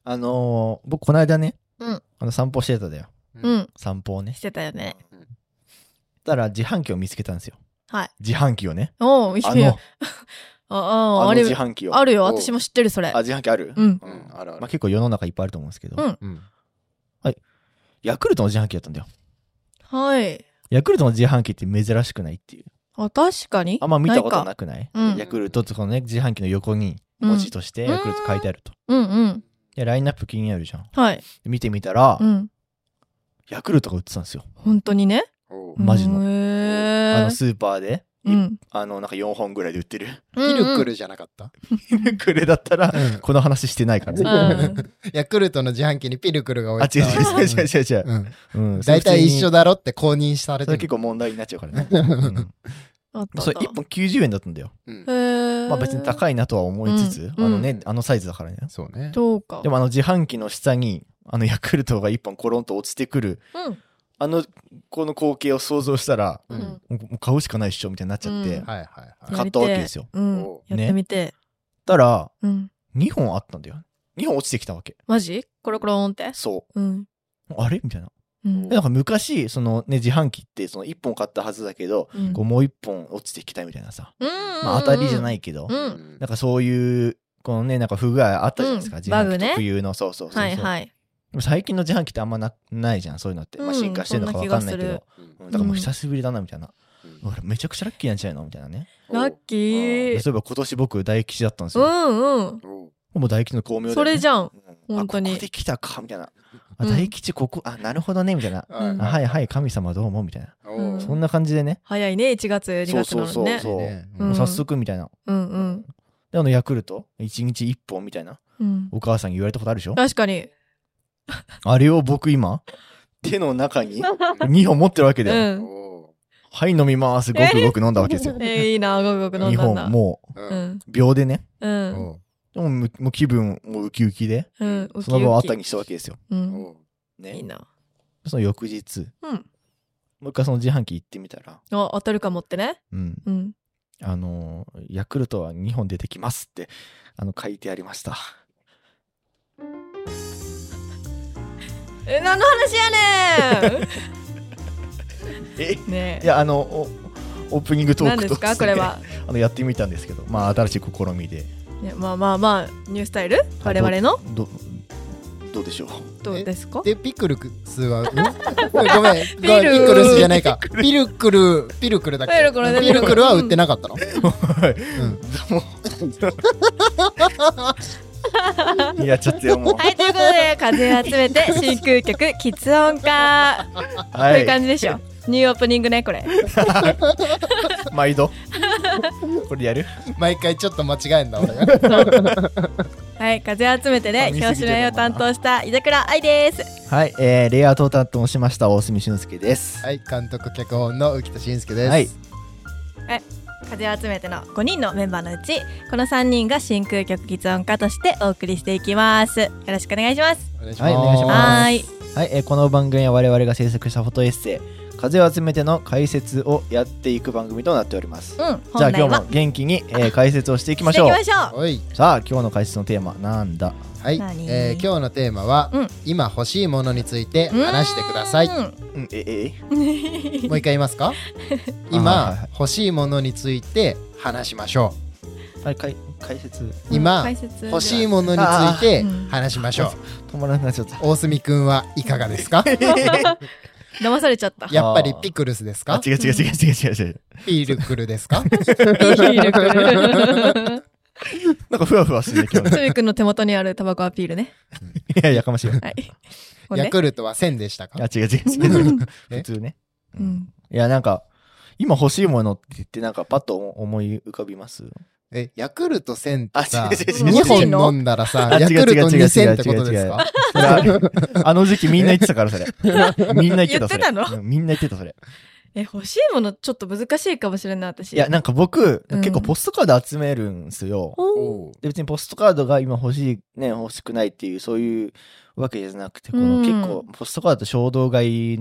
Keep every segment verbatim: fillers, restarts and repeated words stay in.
あのー、僕この間ね、 うん。 あの散歩してただよ。 うん。 散歩をね。 してたよね。 たら自販機を見つけたんですよ。 はい。 自販機をね。 おう、いあやの、 ああ、 あのあれ、 自販機を。 あるよ。私も知ってる、それ。 あ、自販機ある？ うん。 うん、あるある。 まあ、結構世の中いっぱいあると思うんですけど。 うん。 うん。 はい。ヤクルトの自販機だったんだよ。 はい。 ヤクルトの自販機って珍しくないっていう。 あ、確かにあんま見たことなくない？ うん。 ヤクルトってこのね、自販機の横に文字としてヤクルト書いてあると。 うんうん。 で、ラインナップ気になるじゃん。 はい。 見てみたら、 うん。 ヤクルトが売ってたんですよ。 本当にね。 マジの。 へー。 あのスーパーで、 うん。 あの、なんかよんほんぐらいで売ってる。 ピルクルじゃなかった？ ピルクルだったら、この話してないからね。 ヤクルトの自販機にピルクルが置あ、 いてた。 違う違う違う違う違う。うん。 大体一緒だろって公認されてる。 それ結構問題になっちゃうからね。それいっぽんきゅうじゅうえんだったんだよ。 へー。 まあ別に高いなとは思いつつ、あのね、あのサイズだからね。 そうね。 そうか。 でもあの自販機の下に、あのヤクルトがいっぽんコロンと落ちてくる。 うん。 あの、この光景を想像したら、 うん、 もう買うしかないっしょみたいになっちゃって、 はいはいはい。 買ったわけですよ。 うん。やってみて。 たら、 うん。 にほんあったんだよ。にほん落ちてきたわけ。 マジ？コロコロンって？ そう。 うん。 あれみたいな。 うん。 なんか昔、そのね、自販機ってそのいっぽん買ったはずだけど、 うん、 こうもういっぽん落ちてきたみたいなさ。 うん。 まあ当たりじゃないけど、 うん。 なんかそういう、このね、なんか不具合あったじゃないですか。 うん、 自販機特有の、そうそうそうそう。 はいはい。 最近の自販機ってあんま な, ないじゃん、そういうのって。まあ進化してるのか分かんないけど。だからもう久しぶりだな、みたいな。うん、めちゃくちゃラッキーなんちゃうのみたいなね。 ラッキー。 そういえば今年僕大吉だったんですよ。 うんうん。 もう大吉の巧妙で、ね。 それじゃん。本当に。 ここで来たか、みたいな。あ、大吉ここ、あ、なるほどね、みたいな。 うん、 はいはい、神様どうも、みたいな。うん、そんな感じでね。 早いね、いちがつ、にがつなのね。 そうそうそう。うん、もう早速、みたいな。 うんうん。 で、あの、ヤクルト、いちにちいっぽんみたいな。うん、お母さんに言われたことあるでしょ？ 確かに。 あれを僕今、手の中ににほん持ってるわけだよ。うん、はい、飲みます。ごくごく飲んだわけですよ。 えー、えー、いいな、ごくごく飲んだんだ。 にほん、もう、うん、秒でね。うん。もう、もう気分、もうウキウキで、うん、その場をあったにしたわけですよ。うん。ね。いいな。その翌日、うん。もう一回その自販機行ってみたら。 あ、当たるかもってね。 うん。うん。あのー、ヤクルトはにほん出てきますって、あの、書いてありました。 え、何の話やねんえねいや、あの、オープニングトークと、 何ですかこれは。 あの、やってみたんですけど、まあ、新しい試みで。 いや、まあまあまあ、ニュースタイル我々のど、どうでしょうどうですかで、ピクルスは、ごめん、ごめん、ピクルスじゃないか。ピルクル、ピルクルだっけ？ピルクルは売ってなかったの？はい。 うん。やっちゃってよ、もう。 はい、ということで、風集めて、真空曲、喫音化。はい。こういう感じでしょ。ニューオープニングね、これ。 毎度これやる？ 毎回ちょっと間違えんだ、俺が。はい、風集めてね、表紙の絵を担当した井桜愛です。 はい、えー、レイアウトを担当しました大隅俊介です。 はい、監督脚本の浮田慎介です。 はい。 はい、風集めてのごにんのメンバーのうち、このさんにんが真空曲喫音化としてお送りしていきます。よろしくお願いします。 お願いします。 はい、お願いします。 はい、 はい、えー、この番組は我々が制作したフォトエッセイ風を集めての解説をやっていく番組となっております。 うん、 じゃあ今日も元気に、えー、解説をしていきましょう。 していきましょう。 はい。 さあ今日の解説のテーマなんだ。 はい、えー、今日のテーマは、うん、今欲しいものについて話してください。うん、 ええもう一回言いますか？今欲しいものについて話しましょう。はい、解説。 今欲しいものについて話しましょう。 止まらなくなっちゃった。 大隅くんはいかがですか？ 騙されちゃった。 やっぱりピクルスですか？ 違う違う違う違う違う違う。 ピルクルですか？ ピルクル。 なんかふわふわしてる今日。 つみくんの手元にあるタバコアピールね。 いやいやかましい。はい。 ヤクルトは線でしたか？ あ、違う違う違う。普通ね。うん。いやなんか今欲しいものって言ってなんかパッと思い浮かびます？ え、ヤクルトせんってさ、 にほん飲んだらさ、ヤクルトにせんってことですか？ あの時期みんな言ってたからそれ。みんな言ってたそれ。 言ってたの？ みんな言ってたそれ。 え、欲しいものちょっと難しいかもしれない私。 いや、なんか僕、うん、結構ポストカード集めるんですよ。で別にポストカードが今欲しい、ね、欲しくないっていう、そういうわけじゃなくて、この結構ポストカードと衝動買いの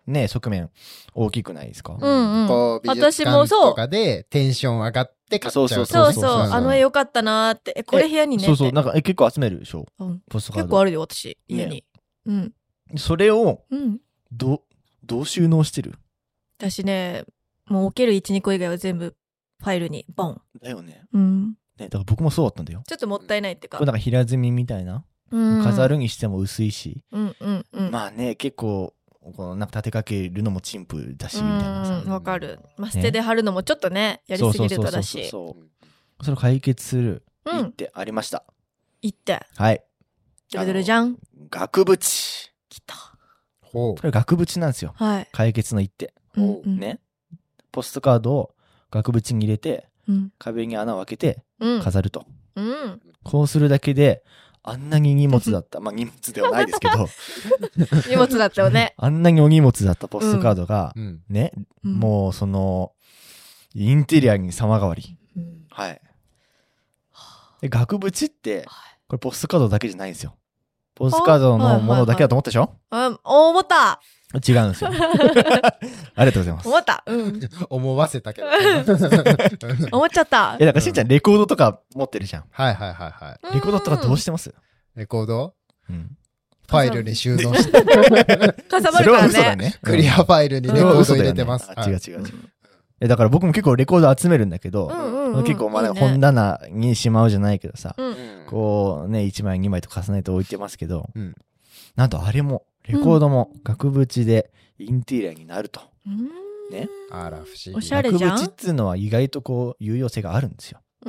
ね、側面大きくないですか？ うんうん。 こう美術館とかでテンション上がって買っちゃう。 そうそうそう。あの絵良かったなーって。え、これ部屋にね。 そうそう。なんかえ結構集めるでしょ？うん。ポストカード。 結構あるよ、私。家に。うん。 それを、ど、どう収納してる？ 私ね、もう置けるいち、にこ以外は全部ファイルにボン。 だよね。 うん。 ね、だから僕もそうだったんだよ。 ちょっともったいないっていうか。 これなんか平積みみたいな。うん、飾るにしても薄いし。 うんうんうん。 まあね、結構、このなんか立てかけるのも陳腐だし、みたいなさ。 わかる。まあ、捨てで貼るのもちょっとね、やりすぎるとだし。 そうそうそうそう。それを解決する一手ありました。 一手。 はい。 ドゥルドゥルじゃん。 額縁。きた。これ額縁なんですよ。はい。解決の一手。ね。ポストカードを額縁に入れて、壁に穴を開けて飾ると。うん。こうするだけで、あんなに荷物だった。まあ荷物ではないですけど。 荷物だったよね。 あんなにお荷物だったポストカードが、うん、ね、うん、もうその、インテリアに様変わり。うん、はい。で、額縁って、これポストカードだけじゃないんですよ。ポストカードのものだけだと思ったでしょ？ うん、思った。 違うんですよ。ありがとうございます。 思った。うん。 思わせたけど。 思っちゃった。 え、だからしんちゃんレコードとか持ってるじゃん。 はいはいはいはい。 レコードとかどうしてます？ レコード？うん。ファイルに収納して。 かさばるからね。 クリアファイルにレコード入れてます。 違う違う違う。え、だから僕も結構レコード集めるんだけど、結構まあ本棚にしまうじゃないけどさ、こうね、いちまいにまいと重ねて置いてますけど、なんとあれも、レコードも額縁でインテリアになると。ね。 あら、不思議。 おしゃれじゃん。 額縁っていうのは意外とこう、有用性があるんですよ。うん。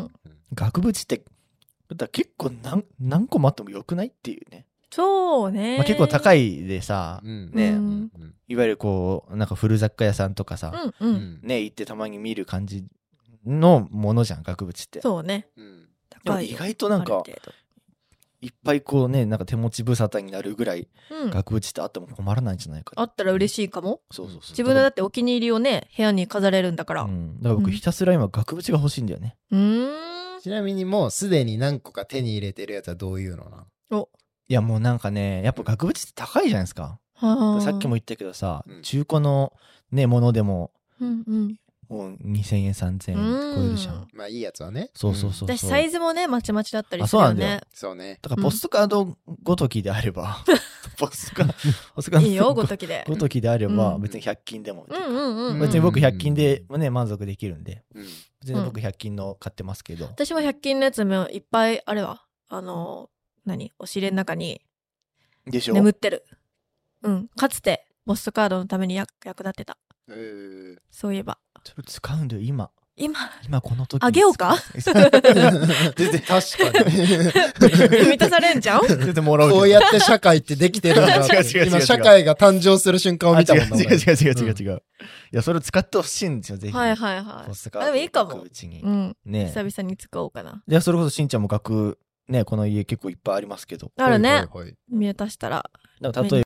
額縁って、だ結構何、何個もあってもよくないっていうね。 そうね。 まあ、結構高いでさ、うん、ね、うん、いわゆるこう、なんか古雑貨屋さんとかさ、うんうん、ね、行ってたまに見る感じのものじゃん、額縁って。 そうね。うん、 高い。意外となんか、いっぱいこうね、なんか手持ち無沙汰になるぐらい、うん、額縁ってあっても困らないんじゃないか。 あったら嬉しいかも。 そうそうそう。 自分のだってお気に入りをね、部屋に飾れるんだから。うん。だから僕ひたすら今額縁が欲しいんだよね。 うん。ちなみにもうすでに何個か手に入れてるやつはどういうのなの？ お。いやもうなんかね、やっぱ額縁って高いじゃないですか。はあ、さっきも言ったけどさ、うん、中古のね、ものでも、うんうん、もうにせんえんさんぜんえん超えるじゃん。 まあいいやつはね。 そうそうそうそう。 私サイズもね、まちまちだったりするよね。 そうなんだよ。 そうね。 だからポストカードごときであれば、ポストカード、ポストカードいいよ、ごときで。 ごときであれば、別にひゃく均でも。別に僕ひゃく均でね、満足できるんで、うん、別に僕ひゃく均の買ってますけど。 私もひゃく均のやつもいっぱい、あれは、あの、何お尻の中に、 でしょ？ 眠ってる。うん。かつて、ポストカードのために役立ってた。えー、そういえば。 それ使うんだよ、今。 今今この時。 あげようか全然確かに。 満たされんじゃん全然もらう。 こうやって社会ってできてるんだって。違う違う違う違う。今社会が誕生する瞬間を見たもんな。 違う違う違う違う違う。うん、いや、それを使ってほしいんですよ、ぜひ。 はいはいはい。 ポストカード。 でもいいかも。 うちに。 うん。ね久々に使おうかな。 じゃあ、それこそしんちゃんも額、ね、この家結構いっぱいありますけど。 あるね。見渡したら。 例えば、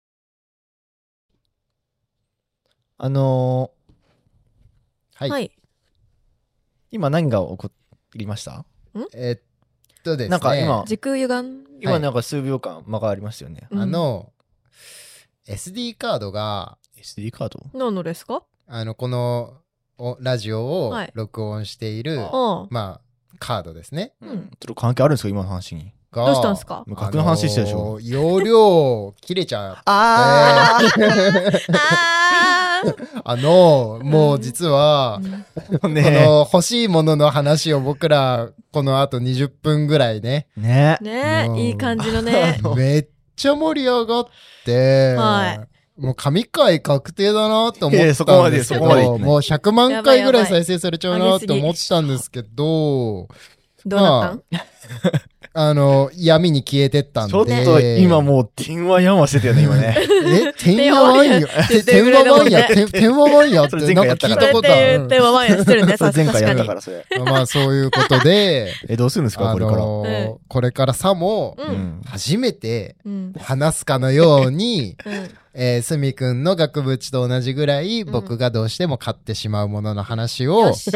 あのー、はい。はい。 今何が起こりました？ えっとですね。 なんか今、 時空歪ん今なんか数秒間間がありましたよね。 あの、エスディー カードが、 エスディー カード？ 何のですか？ あの、このラジオを録音している、はい、まあ、カードですね。 うん。ちょっと関係あるんですか今の話に。 どうしたんですか？ 額の話してるでしょ。 容量切れちゃう。 あーあの、もう実は、ね、この欲しいものの話を僕ら、この後にじゅっぷんぐらいね。 ね。 ね、いい感じのね。 めっちゃ盛り上がって、はい。もう神回確定だなって思ったんですけど、もうひゃくまんかいぐらい再生されちゃうなって思ったんですけど、 どうなったん？ あの、闇に消えてったんで。 ちょっと今もう、天話やんわしてたよね、今ね。 え天話ワンや天話ワンや天話ワンやってなんか聞いたことある。 天話ワンやしてるね、さ前回やったから、それ。 まあ、そういうことで。 え、どうするんですか、これから。 これからさも、初めて話すかのように、えー、すみくんの額縁と同じぐらい、僕がどうしても買ってしまうものの話を、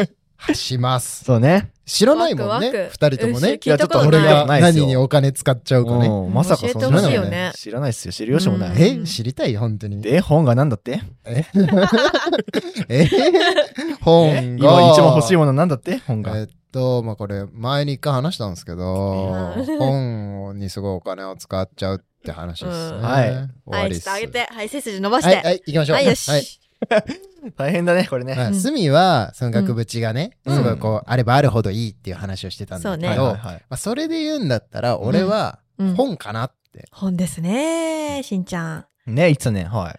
します。 そうね。 知らないもんね。二人ともね。 いや、ちょっと俺が何にお金使っちゃうかね。 まさかそんなのね。 知らないっすよ。知るよしもない。 え知りたい本当に。 で、本がなんだってええ本が。 今一番欲しいものなんだって本が。 えっと、まあ、これ、前に一回話したんですけど、本にすごいお金を使っちゃうって話ですね。 はい。 はい、ちょっと上げて。はい、背筋伸ばして。 はい、行きましょう。 はい、よし。 大変だね、これね。 スミは、その額縁がね、すごいこう、あればあるほどいいっていう話をしてたんだけど、それで言うんだったら、俺は、本かなって。 本ですね、しんちゃん。 ね、いつね、はい。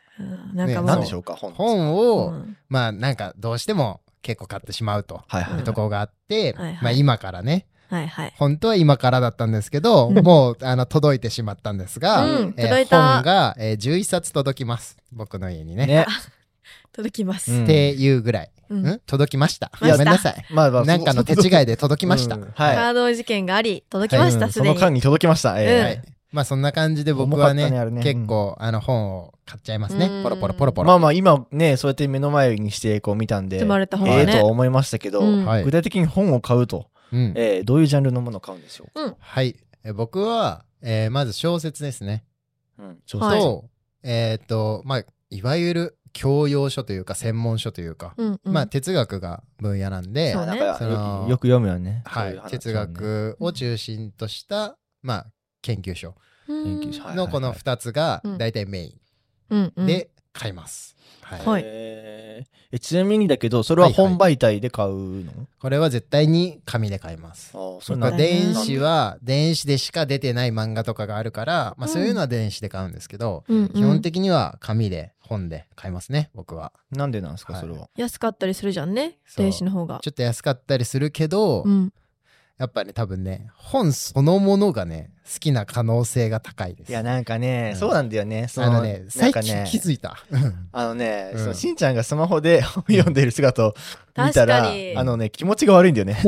なんか何でしょうか、本。 本を、まあ、なんか、どうしても結構買ってしまうというところがあって、まあ、今からね、 はいはい、 本当は今からだったんですけど、もうあの届いてしまったんですが、 うん、えー、届いた本が、えー、じゅういっさつ届きます。僕の家にね。 ね届きます。 っていうぐらい。うん、届きました。ごめんなさい。 まあまあ、 なんかの手違いで届きました。 うん、はい。 カード事件があり、届きました、すでに。 その間に届きました。えーうんはい、 まあそんな感じで僕はね、ねね結構、あの本を買っちゃいますね。ポロポロポロポロ。 まあまあ今ね、そうやって目の前にしてこう見たんで、 積まれた本はね、 ええと思いましたけど、 うん、 具体的に本を買うと、うんえー、どういうジャンルのものを買うんでしょう、 うん、 はい。え僕は、えー、まず小説ですね。 うん、 小説と、えっと、まあ、いわゆる教養書というか専門書というか、 うんうん、 まあ哲学が分野なんで、 そうね、 そのよく読むよね。 はい、哲学を中心とした、まあ研究所のこのふたつが大体メインで買います。 はいはい、えー、ちなみにだけどそれは本媒体で買うの？はいはい、 これは絶対に紙で買います。あそれ電子は電子でしか出てない漫画とかがあるから、まあ、そういうのは電子で買うんですけど、うん、基本的には紙で本で買いますね僕は。 なんでなんですか、はい、それは。 安かったりするじゃんね、電子の方が。 ちょっと安かったりするけど、うん、やっぱね多分ね本そのものがね好きな可能性が高いです。 いやなんかね、うん、そうなんだよね。 そのあのね最近気づいたあのね、うん、そのしんちゃんがスマホで本読んでる姿を見たら、あのね気持ちが悪いんだよね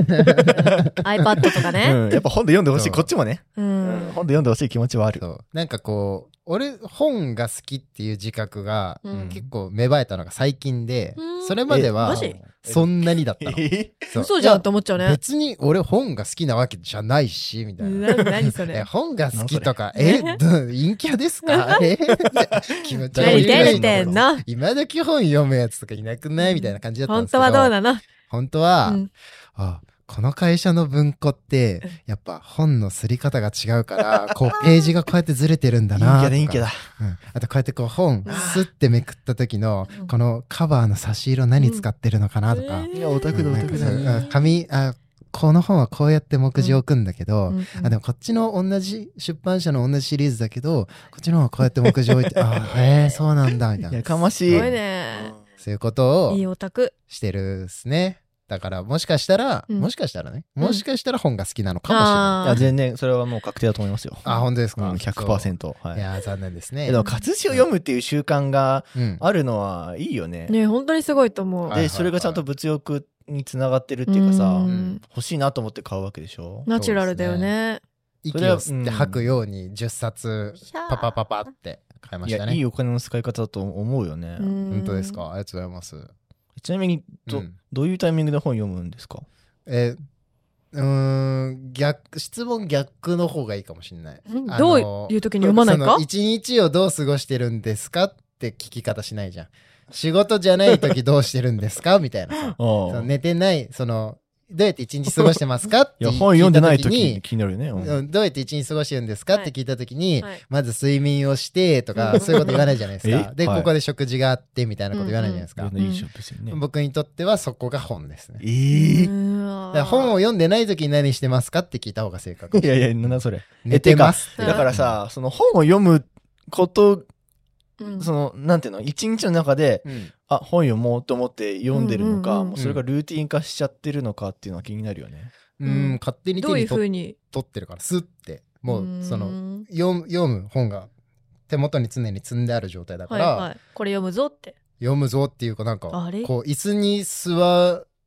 iPad とかね、 うん、やっぱ本で読んでほしいこっちもね、うんうん、本で読んでほしい気持ちはある。 そうなんかこう俺本が好きっていう自覚が、うん、結構芽生えたのが最近で、うん、それまではそんなにだったの。 そう嘘じゃんって思っちゃうね。 別に俺本が好きなわけじゃないしみたいな。 何それ。 本が好きとかえ陰キャですかえ気持ち悪い。 照れてんの。 今時本読むやつとかいなくないみたいな感じだったんですけど。 本当はどうなの？ 本当は、うん、あこの会社の文庫ってやっぱ本のすり方が違うからこうページがこうやってずれてるんだなとか。 いいけどいいけど、 うん、あとこうやってこう本スッてめくった時のこのカバーの差し色何使ってるのかなとか、 うん、いやオタクだオタクだ紙あこの本はこうやって目次を置くんだけど、うんうん、あでもこっちの同じ出版社の同じシリーズだけどこっちの方はこうやって目次を置いてあへえそうなんだみたいな。 やかましい。 すごいね。 そういうことをいいオタクしてるっすね。だからもしかしたら、うん、もしかしたらね、もしかしたら本が好きなのかもしれない。 いや全然それはもう確定だと思いますよ。 あ本当ですか。 うん、ひゃくパーセント。はい。 いや残念ですね。 でも活字を読むっていう習慣があるのはいいよね。 うん、ね本当にすごいと思う。 でそれがちゃんと物欲につながってるっていうかさ、うん、欲しいなと思って買うわけでしょ。 ナチュラルだよね。 息を吸って吐くようにじゅっさつパパパパって買いましたね。 いやいいお金の使い方だと思うよね。 本当ですか。ありがとうございます。 ちなみに ど,、うん、どういうタイミングで本読むんですか？ えうーん逆質問逆の方がいいかもしれない。 どういう時に読まないか？ 一日をどう過ごしてるんですかって聞き方しないじゃん。仕事じゃない時どうしてるんですかみたいなさその寝てないそのどうやって一日過ごしてますかって聞いた時にいや本読んでない時に気になるよね、 うん、どうやって一日過ごしてるんですか、はい、って聞いた時に、はい、まず睡眠をしてとかそういうこと言わないじゃないですかで、はい、ここで食事があってみたいなこと言わないじゃないですか、うんうんいいですよね、 僕にとってはそこが本ですね。 えー、 だから本を読んでない時に何してますかって聞いた方が正確。 いやいやなんだそれ寝てますって。 だからさその本を読むことうん、そのなんていうの一日の中で、うん、あ本読もうと思って読んでるのか、うんうんうん、もうそれがルーティン化しちゃってるのかっていうのは気になるよね。 うん、うん、勝手に手に取ってるからスッてもうその読む、読む本が手元に常に積んである状態だから、はいはい、 これ読むぞって読むぞっていうかなんかこう椅子に座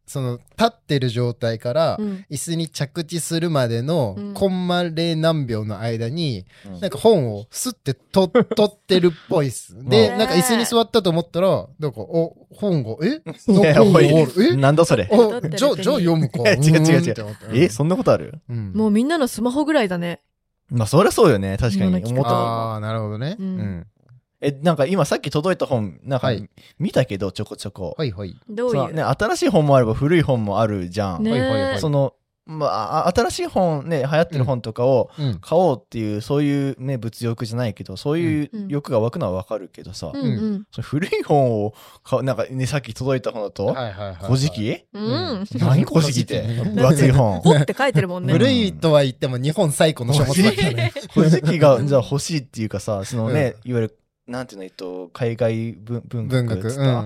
その立ってる状態から椅子に着地するまでのコンマ零何秒の間に、うん、なんか本をスッてと取ってるっぽいっす。で、なんか椅子に座ったと思ったら、なんか、お、本が、え本がえなんだそれ。 あ、じゃ、じゃあ読むか。 違う違う違う。え、そんなことある、 うん、もうみんなのスマホぐらいだね。 まあ、そりゃそうよね。確かに。思ったああ、なるほどね。 うん。うんえ、なんか今さっき届いた本、なんか見たけど、ちょこちょこ。 はいはい。 どういうね、新しい本もあれば古い本もあるじゃん。 ね、 はいはいはい。 その、まあ、新しい本ね、流行ってる本とかを買おうっていう、うん、そういうね、物欲じゃないけど、そういう欲が湧くのはわかるけどさ、 うんうん、 その古い本を買う、なんかね、さっき届いた本だと、はいはいはいはい、古事記、 うん、 何古事記って、分厚い本。 古って書いてるもんね。 古いとは言っても日本最古の書物だったね。 古事記が、じゃあ欲しいっていうかさ、そのね、うん、いわゆる、なんていうの、えっと、海外文文学文学、うんうん、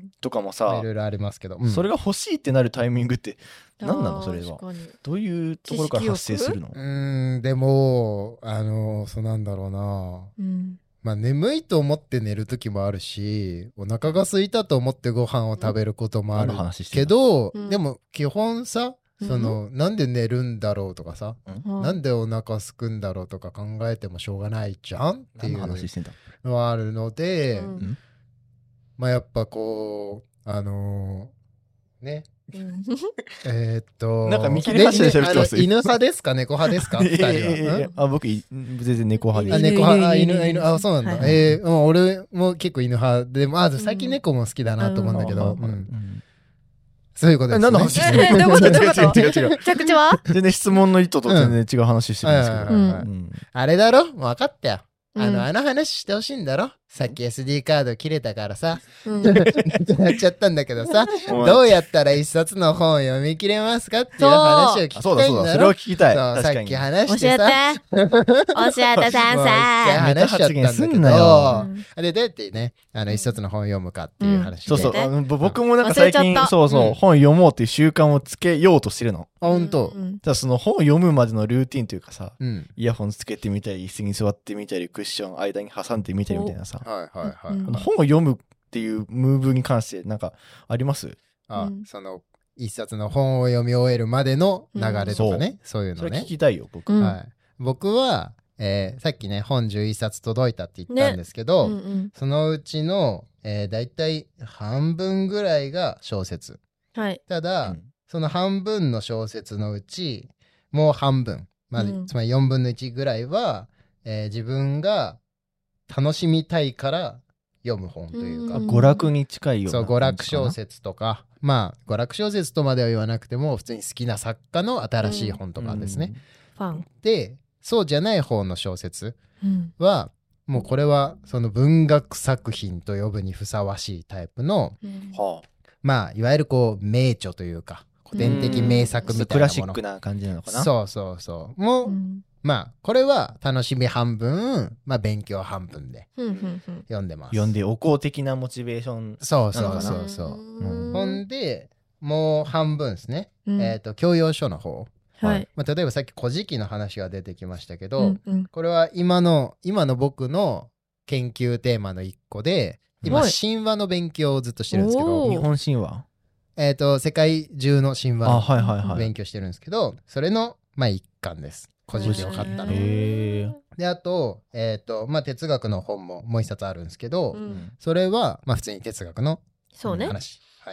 とかもさ、 いろいろありますけど、 うん、それが欲しいってなるタイミングって何なのそれは。どういうところから発生するの？ うーん、でも、あの、そうなんだろうな、うん、まあ眠いと思って寝る時もあるし、お腹が空いたと思ってご飯を食べることもあるけど、うん、でも基本さ、その、うん、なんで寝るんだろうとかさ、うん、なんでお腹すくんだろうとか考えてもしょうがないじゃんっていうのはあるので、うん、まあやっぱこうあのー、ね、うん、えっとなんか見切り発車で喋ってます。 犬派ですか猫派ですか二人は。 いやあ僕全然猫派です。 あ猫派あ犬犬あそうなんだ。はいはい、えー、もう俺も結構犬派でまず最近猫も好きだなと思うんだけど。そういうことですね。 何の話してるの？どういうこと？どういうこと？ 違う違う違う。 着地は？ 全然質問の意図と全然違う話してるんですけど。 うんうん、あれだろ？もう分かったよ。あの、うん、あの話してほしいんだろ？さっき エスディー カード切れたからさ、うん、なっちゃったんだけどさ、どうやったら一冊の本を読み切れますかっていう話を聞きたいんだろ。 そうだそうだ、それを聞きたい。 そうさっき話してさ。 教えて。教えて先生。 話しちゃったんだけど、うん、で、どうやってね、あの、一冊の本を読むかっていう話、 うん。そうそう。僕もなんか最近、そうそう、うん、本読もうっていう習慣をつけようとしてるの。 あ、ほんと。 ただその本を読むまでのルーティンというかさ、うん、イヤホンつけてみたり、椅子に座ってみたり、クッション間に挟んでみたりみたいなさ。 はいはいはい。 本を読むっていうムーブに関してなんかあります？ あ、うん、その一冊の本を読み終えるまでの流れとかね、うん、そう, そういうのね。 それ聞きたいよ僕。 はい、僕は、えー、さっきね本じゅういっさつ届いたって言ったんですけど、ねうんうん、そのうちの、えー、だいたい半分ぐらいが小説。 はい、 ただ、うん、その半分の小説のうちもう半分、まあうん、つまりよんぶんのいちぐらいは、えー、自分が楽しみたいから読む本というか、 娯楽に近いような。 そう、娯楽小説とか、まあ娯楽小説とまでは言わなくても普通に好きな作家の新しい本とかですね、 うん、 でそうじゃない方の小説は、うん、もうこれはその文学作品と呼ぶにふさわしいタイプの、うん、まあいわゆるこう名著というか古典的名作みたいなもの、 クラシックな感じなのかな。 そうそうそうもう、うんまあこれは楽しみ半分、まあ勉強半分で読んでます。 読んでおこう的なモチベーションなのかな。 そうそうそうそう。うん、ほんでもう半分ですね。うん、えっ、ー、と教養書の方。 はい。 まあ、例えばさっき古事記の話が出てきましたけど、 うんうん、 これは今の今の僕の研究テーマの一個で、今神話の勉強をずっとしてるんですけど、 日本神話。 えっ、ー、と世界中の神話の勉強してるんですけど、はいはいはい、それのまあ一環です。古事記を買ったの。であと,、えーとまあ、哲学の本ももう一冊あるんですけど、うん、それは、まあ、普通に哲学の話。 そうね、 はい、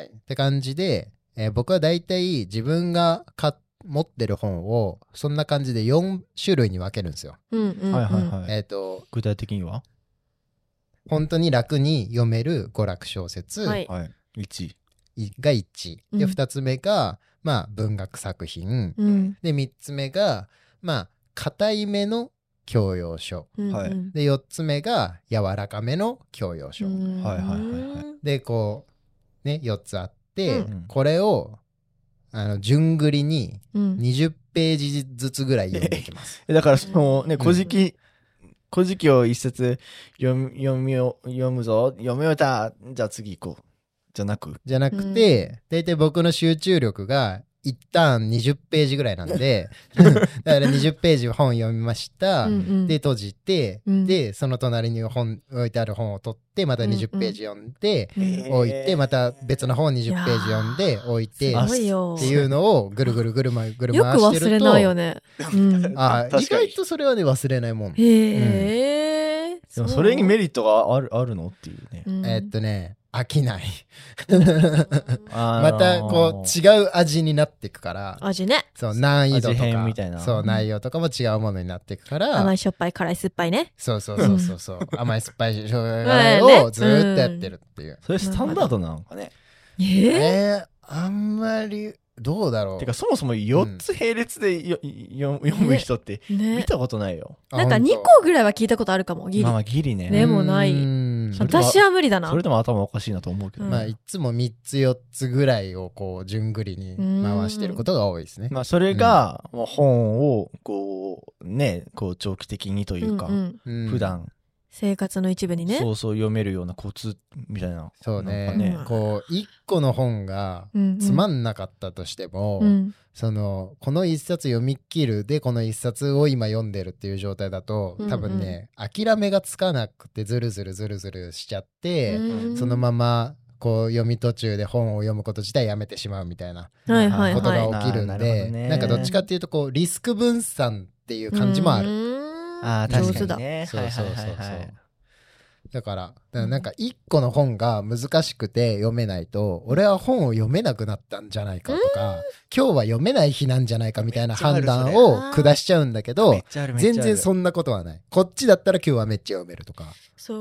って感じで、えー、僕はだいたい自分がか持ってる本をそんな感じでよん種類に分けるんですよ。 うんうんうん、はいはいはい。 えーと、 具体的には本当に楽に読める娯楽小説、 はい、 いちいがいちで、うん、ふたつめが、まあ、文学作品、 うん、 でみっつめがまあ硬いめの教養書、 うんうん、 でよっつめが柔らかめの教養書、 はいはいはいはい、 でこうねよっつあって、うん、これをあの順繰りににじゅっページずつぐらい読んでいきます、 うん、だからそのね古事記、うん、古事記を一節読み読み読むぞ読み終えたじゃあ次行こうじゃなくじゃなくて、だいたい僕の集中力が一旦にじゅっページぐらいなんでだからにじゅっページ本読みました、うんうん、で閉じて、うん、でその隣に本置いてある本を取ってまたにじゅっページ読んで、うんうん、置いてまた別の本をにじゅっページ読んで置いてっていうのをぐるぐるぐるぐる回してるとよく忘れないよね、 うん、あ意外とそれはね忘れないもん。 へえ、うん、 でもそれにメリットがあるあるのっていうね、 うん、えー、っとね飽きないまたこう違う味になっていくから味ねそう難易度とか味変みたいなそう内容とかも違うものになっていくから、 甘いしょっぱい辛い酸っぱいねそうそうそうそうそう甘い酸っぱいしょうがをずーっとやってるっていう、うん、 それスタンダードなのかね。 えー、 えー、あんまりどうだろう。 てかそもそもよっつ並列でよ、うん、読む人って見たことないよ、 ね、なんかにこぐらいは聞いたことあるかもギリ。 まあギリね。 でもない私は無理だな。 それでも頭おかしいなと思うけど、 うん、まあいつもみっつよっつぐらいをこう順繰りに回してることが多いですね。 まあそれが、うん、本をこうねこう長期的にというか、うんうん、普段生活の一部にねそうそう読めるようなコツみたいな。 そうね、ねこう一個の本がつまんなかったとしても、うんうん、そのこの一冊読み切るでこの一冊を今読んでるっていう状態だと多分ね、うんうん、諦めがつかなくてズルズルズルズルしちゃって、うん、そのままこう読み途中で本を読むこと自体やめてしまうみたいなことが起きるんで、なんかどっちかっていうとこうリスク分散っていう感じもある。 ああ確かにね。 そうそうそうそう。だから、だからなんか一個の本が難しくて読めないと、俺は本を読めなくなったんじゃないかとか、今日は読めない日なんじゃないかみたいな判断を下しちゃうんだけど、全然そんなことはない。こっちだったら今日はめっちゃ読めるとか。 そう。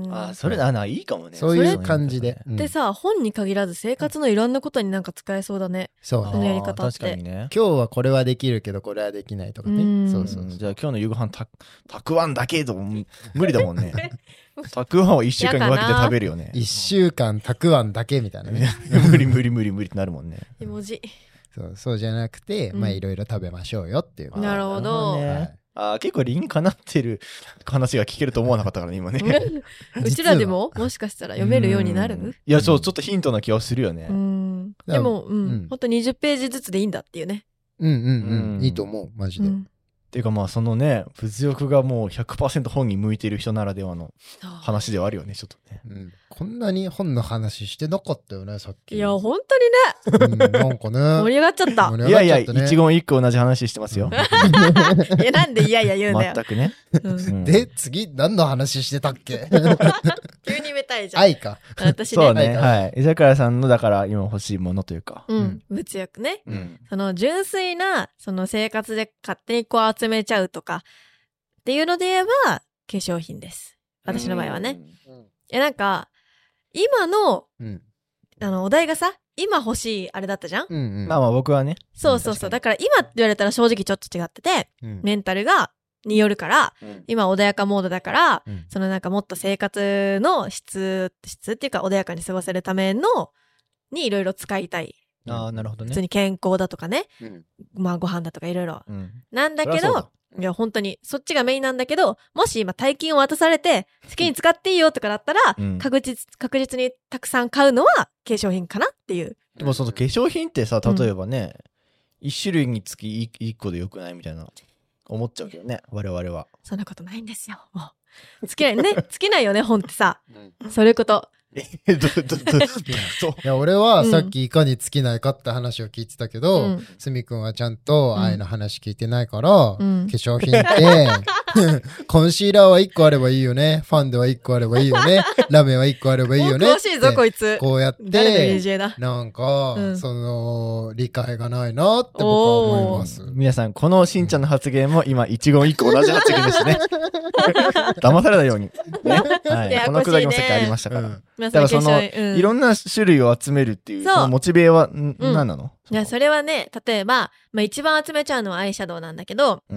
ああ、それだな、いいかもね。 そういう感じで。 でさ、本に限らず生活のいろんなことになんか使えそうだね。 そう。 そのやり方って。 確かにね。 今日はこれはできるけどこれはできないとかね。そうそう。 じゃあ今日の夕ご飯た、たくあんだけと無理だもんね。たくあんを一週間に分けて食べるよね。 一週間たくあんだけみたいなね。 無理無理無理無理ってなるもんね。 絵文字。 そう、そうじゃなくて、うん、まあいろいろ食べましょうよっていう。 なるほど。 ね、あ結構理にかなってる話が聞けると思わなかったからね、今ね。 うちらでももしかしたら読めるようになる？ いや、そう、ちょっとヒントな気はするよね。 うんでも、うん、ほんとにじゅっページずつでいいんだっていうね。 うんうんうん。いいと思う、マジで。うんっていうかまあそのね物欲がもう ひゃくパーセント 本に向いている人ならではの話ではあるよねちょっとね、 うん、こんなに本の話してなかったよねさっき。 いや本当にね、 うん、なんかね盛り上がっちゃった。 いやいや一言一句同じ話してますよ。 いやなんでいやいや言うんだよ。 全くね、 うん、で次何の話してたっけ？ 急にめたいじゃん。 愛か。 私ね。 そうね、はい。居酒屋さんのだから今欲しいものというか、 うん、物欲ね、うん、その純粋なその生活で勝手にこう集めちゃうとかっていうので言えば化粧品です。私の場合はね。えなんか今の、うん、あのお題がさ今欲しいあれだったじゃん。うんうん、まあまあ僕はね。 そうそうそう。だから今って言われたら正直ちょっと違ってて、うん、メンタルがによるから、うん、今穏やかモードだから、うん、そのなんかもっと生活の質質っていうか穏やかに過ごせるためのにいろいろ使いたい。 ああなるほどね。 普通に健康だとかね、うん、まあご飯だとかいろいろなんだけど、いや本当にそっちがメインなんだけど、もし今大金を渡されて好きに使っていいよとかだったら、うん、確実確実にたくさん買うのは化粧品かなっていう。 でもその化粧品ってさ例えばね、うん、一種類につき一個でよくないみたいな思っちゃうけどね我々は。 そんなことないんですよ。もう尽きないね尽きないよね本ってさ、うん、そういうこと。 えどどどどいや俺はさっきいかに尽きないかって話を聞いてたけど、うん、すみくんはちゃんと愛の話聞いてないから、うん、化粧品ってコンシーラーはいっこあればいいよね、ファンデはいっこあればいいよね、ラメはいっこあればいいよね。 詳しいぞこいつ。 こうやってなんか、うん、その理解がないなって僕は思います。 皆さんこのしんちゃんの発言も今一言一句同じ発言ですね。騙されないように、ねはい、このくだりもさっきありましたから、うん、だからその、うん、いろんな種類を集めるっていうそのモチベはん、うん、何なの？ いやそれはね例えば、まあ、一番集めちゃうのはアイシャドウなんだけど、うん、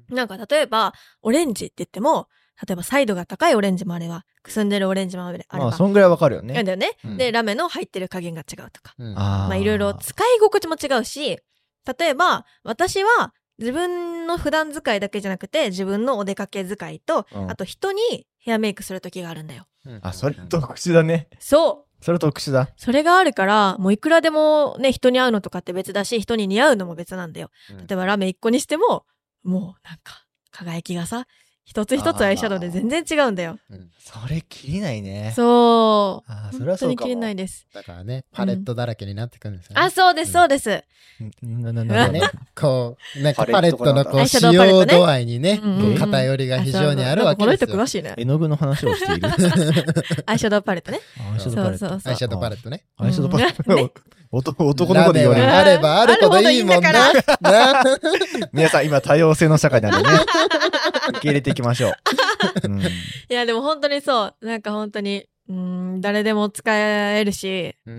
なんか例えばオレンジって言っても例えば彩度が高いオレンジもあればくすんでるオレンジもあれば、 まあそんぐらいわかるよね。 なんだよね、うん、でラメの入ってる加減が違うとか、うん、まあいろいろ使い心地も違うし、例えば私は自分の普段使いだけじゃなくて自分のお出かけ使いと、うん、あと人にヘアメイクする時があるんだよ、 うん、あそれ特殊だね。 そうそれ特殊だ。 それがあるから、もういくらでもね、人に合うのとかって別だし、人に似合うのも別なんだよ。うん、例えばラメ一個にしても、もうなんか、輝きがさ、一つ一つアイシャドウで全然違うんだよ。 うん、それ切りないね。 そう。 あそれはそうかも。本当に切りないです。 だからね、パレットだらけになってくるんですよね。 うん、あ、そうです、そうです。 うん、な、な、な、ね、こう、なんかパレットのこう、使用度合いにね、偏りが非常にあるわけですよ。 この人詳しいね。 絵の具の話をしている。 アイシャドウパレットね。 アイシャドウパレット。 そうそうそう。 アイシャドウパレットね。 アイシャドウパレットね。男の子で言われる。 あればあるほどいいもんな。 皆さん今多様性の社会なんでね。受け入れていきましょう。うん、いやでも本当にそう。なんか本当に、うん、誰でも使えるし、うん、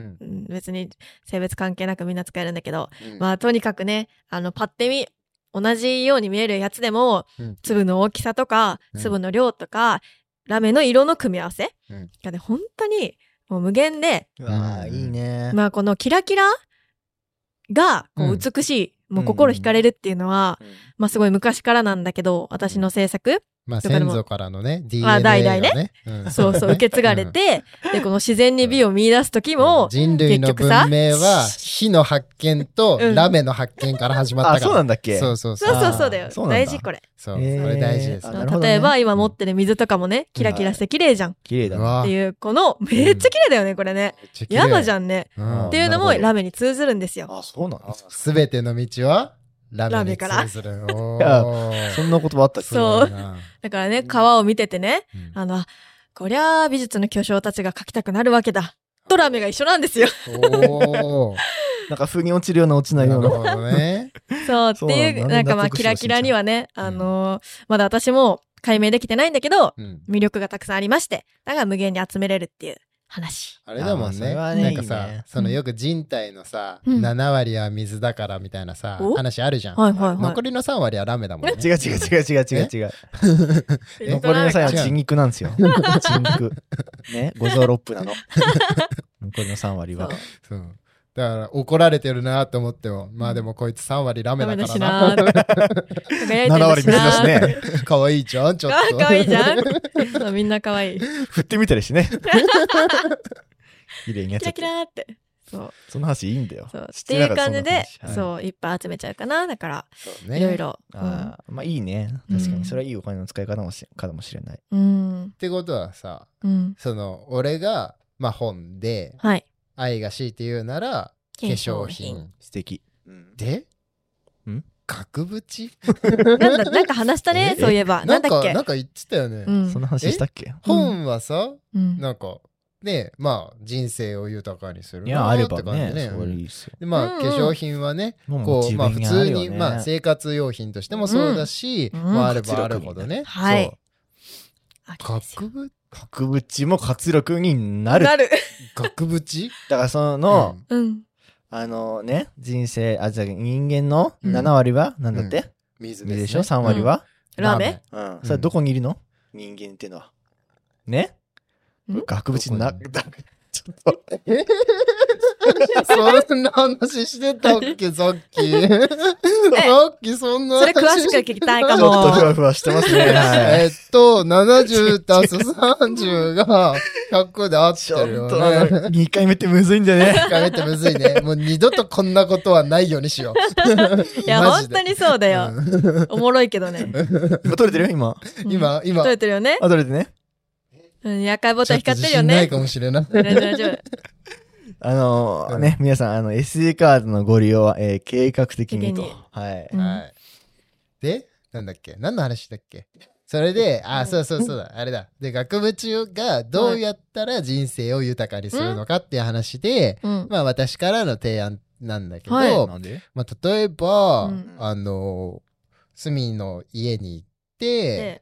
別に性別関係なくみんな使えるんだけど、うん、まあとにかくね、あのパッて見、同じように見えるやつでも、うん、粒の大きさとか、粒の量とか、うん、ラメの色の組み合わせがね、本当にもう無限で、 うわーいいね。 まあこのキラキラがこう美しい、うん、もう心惹かれるっていうのは、うん、まあすごい昔からなんだけど、私の制作。 まあ先祖からのね、ディーエヌエー がね。 代々ね。うん、そうそう、受け継がれて、うん、で、この自然に美を見出すときも、うん、 人類の文明は、火の発見とラメの発見から始まったから。 あ、そうなんだっけ？ そうそうそう。 そうそうそうだよ。大事これ。 そう、これ大事です。 例えば今持ってる水とかもね、キラキラして綺麗じゃん。 綺麗だな。 っていう、この、めっちゃ綺麗だよね、これね。山じゃんね。っていうのもラメに通ずるんですよ。 あ、そうなんですか。 すべての道はラメに通ずる。 そんな言葉あったっけ？ そう。だからね、川を見ててね、うん、あの、こりゃあ美術の巨匠たちが描きたくなるわけだ。とラメが一緒なんですよ。 おなんか風に落ちるような落ちないような。 なるほどね。 そう、っていう、なんかまあキラキラにはね、あのー、まだ私も解明できてないんだけど、うん、魅力がたくさんありまして、だから無限に集めれるっていう。話。 あれだもんね。なんかさ、そのよく人体のさ、なな割は水だからみたいなさ、話あるじゃん。残りのさん割はラメだもんね。 違う違う違う違う違う違う。残りのさん割は血肉なんですよ。血肉。ね、五臓六腑なの。残りのさん割は。 そう。だから怒られてるなって思っても、まあでもこいつさん割ラメだからな。なな割水だしね。 かわいいじゃん、ちょっと。 かわいいじゃん。みんなかわいい。 振ってみたりしね。綺麗にやっちゃって。 キラキラって。そう。 その話いいんだよ。 そう。っていう感じで、そう、いっぱい集めちゃうかな。だから、いろいろ。 ああ、まあいいね。確かに。それはいいお金の使い方かもしれない。 うん。 ってことはさ、その、俺が、まあ本で、 はい。 愛が強いて言うなら化粧品素敵でん額縁なんだなんか話したねそういえばなんだっけなんか言ってたよね、 うん、その話したっけ本はさ、うん、なんかねまあ人生を豊かにするなって感じね。ねそれいいっすよ。 でまあ、うんうん、化粧品はねこうまあ普通にまあ生活用品としてもそうだし、うん、まああればあるほどね、 はい。 額縁額縁も活力になる。 なる。 額縁だからその、 うん、 あのね、人生、あ、じゃあ人間のなな割は、うん、なんだって、うん、 水でしょ ?さん 割は、 うん、ラーメンうん。それどこにいるの人間っていうのは。ね額縁な、ちょっと。えそんな話してたっけさっき。さっきそんな話。 それ詳しく聞きたいかも。 ちょっとふわふわしてますね。 えっと、ななじゅうたすさんじゅうがひゃくで合ってるよね。 にかいめってむずいんだよね。 にかいめってむずいね。もう二度とこんなことはないようにしよう。いや、本当にそうだよ。おもろいけどね。 今撮れてるよ、今。 今、今。 撮れてるよね。 あ、撮れてね。 うん、夜会ボタン光ってるよね。 ないかもしれない。 大丈夫。 あのー、ね、皆さん、あの、エスディー カードのご利用は、えー、計画的にと。はい。 うん、はい。で、なんだっけ何の話だっけそれで、あ、そうそうそうだ、あれだ。で、額縁がどうやったら人生を豊かにするのかっていう話で、うん、まあ私からの提案なんだけど、はい、まあ例えば、うん、あの、隅の家に行って、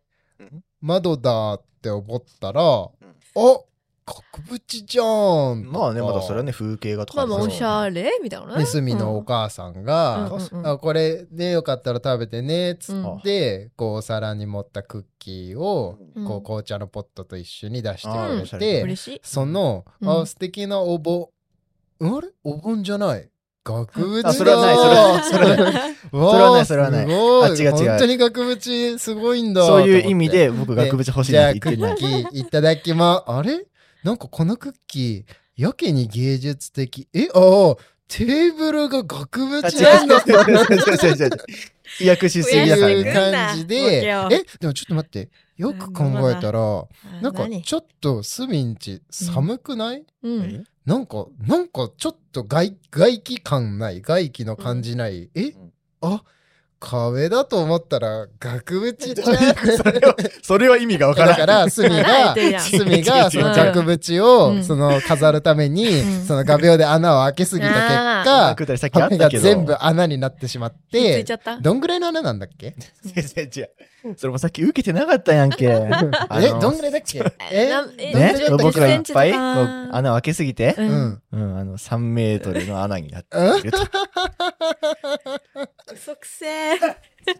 窓だって思ったら、うん、あ額縁じゃん。 まあね、まだそれはね、風景画とか。 まあおしゃれみたいなね。 で、隅のお母さんが、うん、あこれね、よかったら食べてね、つって、うん、こう、お皿に盛ったクッキーを、うん、こう、紅茶のポットと一緒に出してくれて、 嬉しい。 その、あ、素敵なお盆、あれお盆じゃない額縁だ。 あ、それはない、それはない。それはない、それはない。あ、違う違う。 本当に額縁すごいんだ。 そういう意味で僕額縁欲しいなって言ってる。 じゃあクッキーいただきま、あれなんかこのクッキーやけに芸術的。え、ああ、テーブルが額縁なんだって。 飛躍しすぎだからね。 いう感じで、え、でもちょっと待って。よく考えたら、なんかちょっとスミンチ寒くない？うん。なんか、なんかちょっと外、外気感ない、外気の感じない。うん、え、あ、壁だと思ったら額縁じゃん。 それは、それは意味がわからない。 だから、スミが、スミがその額縁を、その飾るために、その画鋲で穴を開けすぎた結果、壁が全部穴になってしまって、どんぐらいの穴なんだっけ？ 先生、違う。それもさっき受けてなかったやんけ。え、 どんぐらいだっけ？ えね僕がいっぱい穴を開けすぎて、うん。うん、あの、さんメートルの穴になっていると。 嘘くせー。しー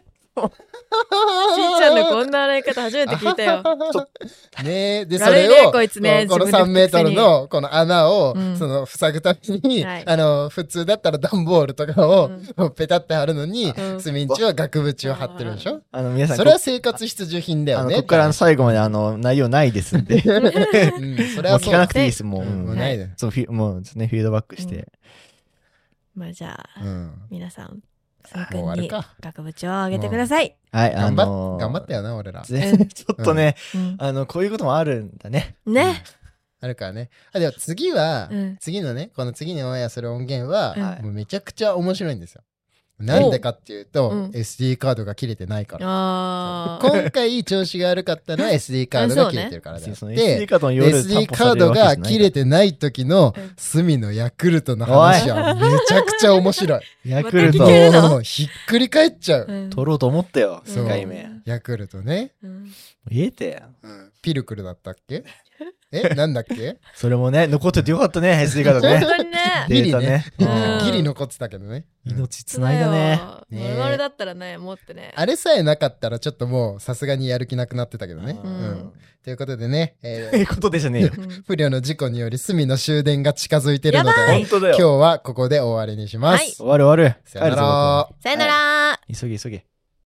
ちゃんのこんな洗い方初めて聞いたよ。 ねえ、で、それを、こ, ね、このさんメートルのこの穴を、うん、その、塞ぐために、はい、あの、普通だったら段ボールとかを、うん、ペタって貼るのに、うん、スミンチは額縁を貼ってるでしょ？あの、皆さん。それは生活必需品だよね。 ここから最後まであの、内容ないですんで。うん、それはそう。もう聞かなくていいです、もう。うん、もうないで。そう、もうね、フィードバックして。うんまあじゃあ、うん、皆さん、スミ君に額縁をあげてください。 はい、 あのー、頑張ったよな、俺ら。 ちょっとね、うん、あの、こういうこともあるんだね。 ね。 あるからね。あ、でも次は、うん、次のね、この次にオンエアする音源は、うん、もうめちゃくちゃ面白いんですよ。なんでかっていうと、うん、エスディー カードが切れてないから。あ今回調子が悪かったのは エスディー カードが切れてるからであって、ね、エスディー カードが切れてない時のスミのヤクルトの話はめちゃくちゃ面白い。 ヤクルト。 もうひっくり返っちゃう。 うん、取ろうと思ったよ、にかいめ。 ヤクルトね。 うん、言えてや、 うん。ピルクルだったっけえなんだっけそれもね、残っててよかったね、エスディー カードね。 本当にね。 ギリね。ギリ残ってたけどね。 命つないだね。 我々だったらね、持ってね。 あれさえなかったらちょっともうさすがにやる気なくなってたけどね。うん。ということでね。 えー、いうことでじゃねえよ。 不慮の事故により隅の終電が近づいてるので、 本当だよ。 今日はここで終わりにします。はい、 終わる終わる。 さよなら。 さよなら。 急げ急げ。